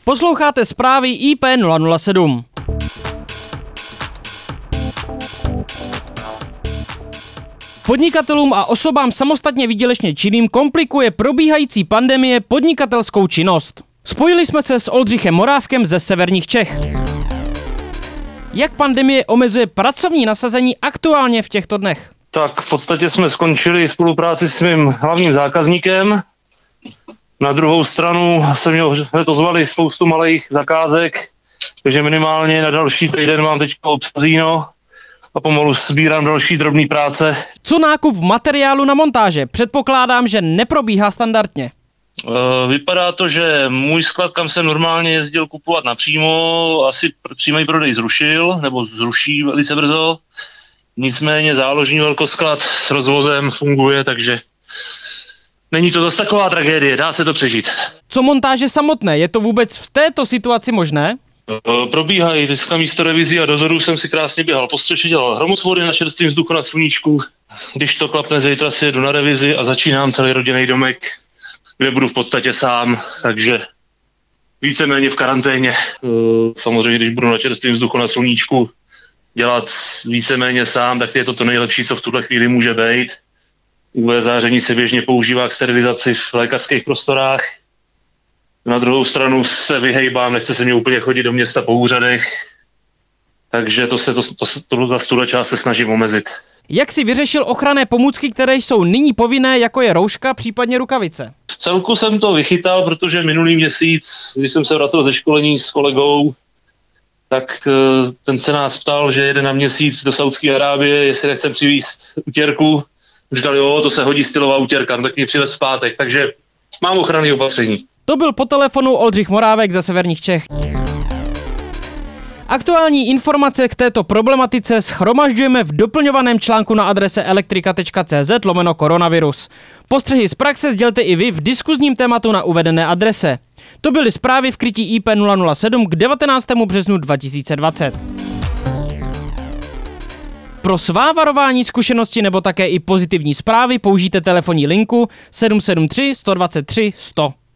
Posloucháte zprávy IP007. Podnikatelům a osobám samostatně výdělečně činným komplikuje probíhající pandemie podnikatelskou činnost. Spojili jsme se s Oldřichem Morávkem ze severních Čech. Jak pandemie omezuje pracovní nasazení aktuálně v těchto dnech? Tak v podstatě jsme skončili spolupráci s mým hlavním zákazníkem. Na druhou stranu se mě ozvali spoustu malých zakázek, takže minimálně na další týden mám teď obsazíno a pomalu sbírám další drobné práce. Co nákup materiálu na montáže? Předpokládám, že neprobíhá standardně. Vypadá to, že můj sklad, kam jsem normálně jezdil kupovat napřímo, asi přímý prodej zrušil, nebo zruší velice brzo. Nicméně záložní velkosklad s rozvozem funguje, takže není to zase taková tragédie, dá se to přežít. Co montáže samotné? Je to vůbec v této situaci možné? Probíhají, dneska místo revizí a dozoru jsem si krásně běhal po střeše, dělal hromosvody na čerstvém vzduchu na sluníčku. Když to klapne, zítra si jedu na revizi a začínám celý rodinný domek, kde budu v podstatě sám, takže víceméně v karanténě. Samozřejmě, když budu na čerstvém vzduchu na sluníčku dělat víceméně sám, tak je to nejlepší, co v tuhle chvíli může být. UV záření se běžně používá k sterilizaci v lékařských prostorách. Na druhou stranu se vyhejbám, nechce se mě úplně chodit do města po úřadech, takže to za tuhle část se snažím omezit. Jak si vyřešil ochranné pomůcky, které jsou nyní povinné, jako je rouška, případně rukavice? V celku jsem to vychytal, protože minulý měsíc, když jsem se vracel ze školení s kolegou, tak ten se nás ptal, že jede na měsíc do Saúdské Arábie, jestli nechcem přivést utěrku. Říkali, jo, to se hodí stylová utěrka, no tak mě přivez v pátek, takže mám ochranné opatření. To byl po telefonu Oldřich Morávek ze severních Čech. Aktuální informace k této problematice shromažďujeme v doplňovaném článku na adrese elektrika.cz/koronavirus. Postřehy z praxe sdělte i vy v diskuzním tématu na uvedené adrese. To byly zprávy v krytí IP007 k 19. březnu 2020. Pro svá varování, zkušenosti nebo také i pozitivní zprávy použijte telefonní linku 773 123 100.